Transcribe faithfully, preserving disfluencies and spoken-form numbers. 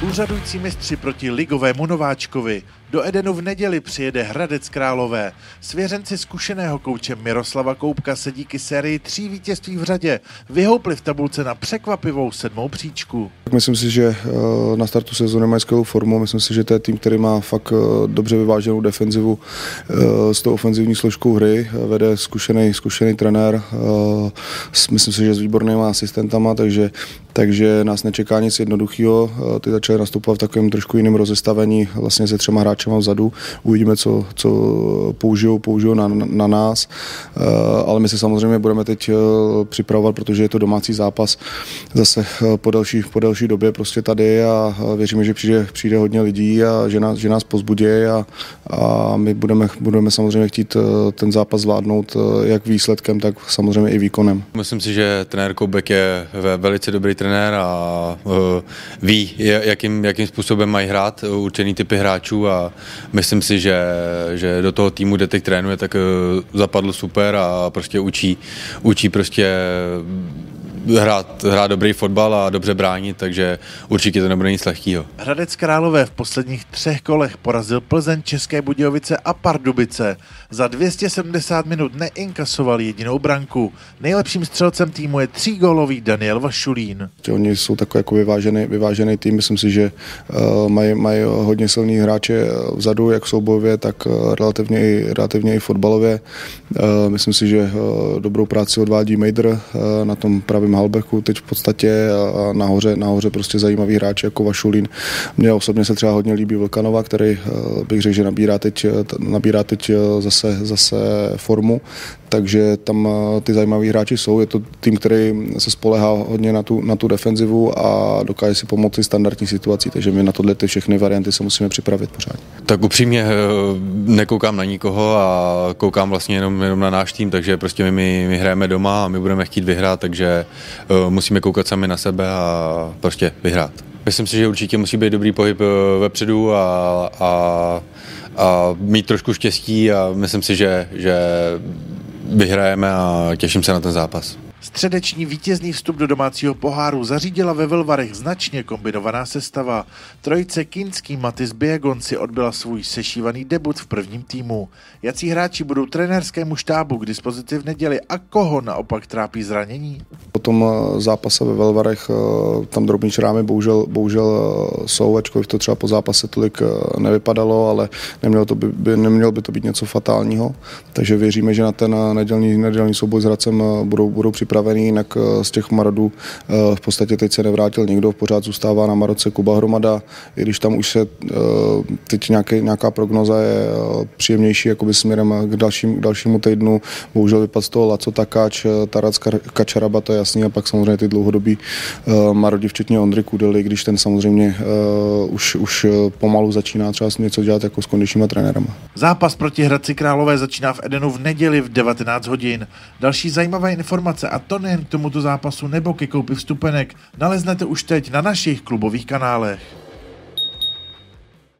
Úřadující mistři proti ligovému nováčkovi. Do Edenu v neděli přijede Hradec Králové. Svěřenci zkušeného kouče Miroslava Koubka se díky sérii tří vítězství v řadě vyhoupli v tabulce na překvapivou sedmou příčku. Myslím si, že na startu sezóny mají skvělou formu. Myslím si, že to je tým, který má fakt dobře vyváženou defenzivu s tou ofenzivní složkou hry. Vede zkušený, zkušený trenér. Myslím si, že s výbornýma asistentama, takže, takže nás nečeká nic jednoduchého. Ty začaly nastupovat v takovém trošku jiném rozestavení vlastně se třema hráčema vzadu. Uvidíme, co, co použijou, použijou na, na nás. Ale my se samozřejmě budeme teď připravovat, protože je to domácí zápas zase po delší, po delší době prostě tady a věříme, že přijde, přijde hodně lidí a že nás, že nás pozbudí a, a my budeme, budeme samozřejmě chtít ten zápas zvládnout jak výsledkem, tak samozřejmě i výkonem. Myslím si, že trenér Koubek je velice dobrý trenér a ví, jakým, jakým způsobem mají hrát určený typy hráčů a myslím si, že, že do toho týmu, kde teď trénuje, tak zapadl super a prostě učí, učí prostě hrát, hrát dobrý fotbal a dobře bránit, takže určitě to nebude nic lehkýho. Hradec Králové v posledních třech kolech porazil Plzeň, České Budějovice a Pardubice. Za dvě stě sedmdesát minut neinkasoval jedinou branku. Nejlepším střelcem týmu je třígólový Daniel Vašulín. Oni jsou takový jako vyvážený, vyvážený tým, myslím si, že uh, mají, mají hodně silný hráče vzadu, jak soubojově, tak uh, relativně, i, relativně i fotbalově. Uh, myslím si, že uh, dobrou práci odvádí Mejdr uh, na tom pravém halbeku teď v podstatě a nahoře, nahoře prostě zajímavý hráč jako Vašulín. Mně osobně se třeba hodně líbí Vlkanova, který bych řekl, že nabírá teď, nabírá teď zase, zase formu, takže tam ty zajímaví hráči jsou. Je to tým, který se spolehá hodně na tu, na tu defenzivu a dokáže si pomoci standardní situací, takže my na tohle ty všechny varianty se musíme připravit pořád. Tak upřímně nekoukám na nikoho a koukám vlastně jenom, jenom na náš tým, takže prostě my, my hrajeme doma a my budeme chtít vyhrát, takže uh, musíme koukat sami na sebe a prostě vyhrát. Myslím si, že určitě musí být dobrý pohyb vepředu a, a, a mít trošku štěstí a myslím si, že, že vyhrajeme a těším se na ten zápas. Středeční vítězný vstup do domácího poháru zařídila ve Velvarech značně kombinovaná sestava. Trojice Kinský, Matis Biegon si odbyla svůj sešívaný debut v prvním týmu. Jací hráči budou trenérskému štábu k dispozici v neděli a koho naopak trápí zranění? Po tom zápase ve Velvarech tam drobný šrámy bohužel, bohužel jsou, ačkoliv to třeba po zápase tolik nevypadalo, ale nemělo, to by, by, nemělo by to být něco fatálního. Takže věříme, že na ten nedělní, nedělní souboj s Hradcem budou, budou připravený, jinak z těch Marodů v podstatě teď se nevrátil nikdo, pořád zůstává na Maroce Kuba Hromada, i když tam už se teď nějaký, nějaká prognoza je příjemnější jakoby směrem k, dalším, k dalšímu týdnu. Bohužel vypadl z toho Laco Takáč, Tarac Kačaraba, to je jasný, a pak samozřejmě ty dlouhodobí Marodi, včetně Ondry Kudely, když ten samozřejmě už, už pomalu začíná třeba něco dělat jako s kondičníma trenérama. Zápas proti Hradci Králové začíná v Edenu v neděli v devatenáct hodin. Další zajímavé informace, a to nejen k tomuto zápasu nebo ke koupi vstupenek, naleznete už teď na našich klubových kanálech.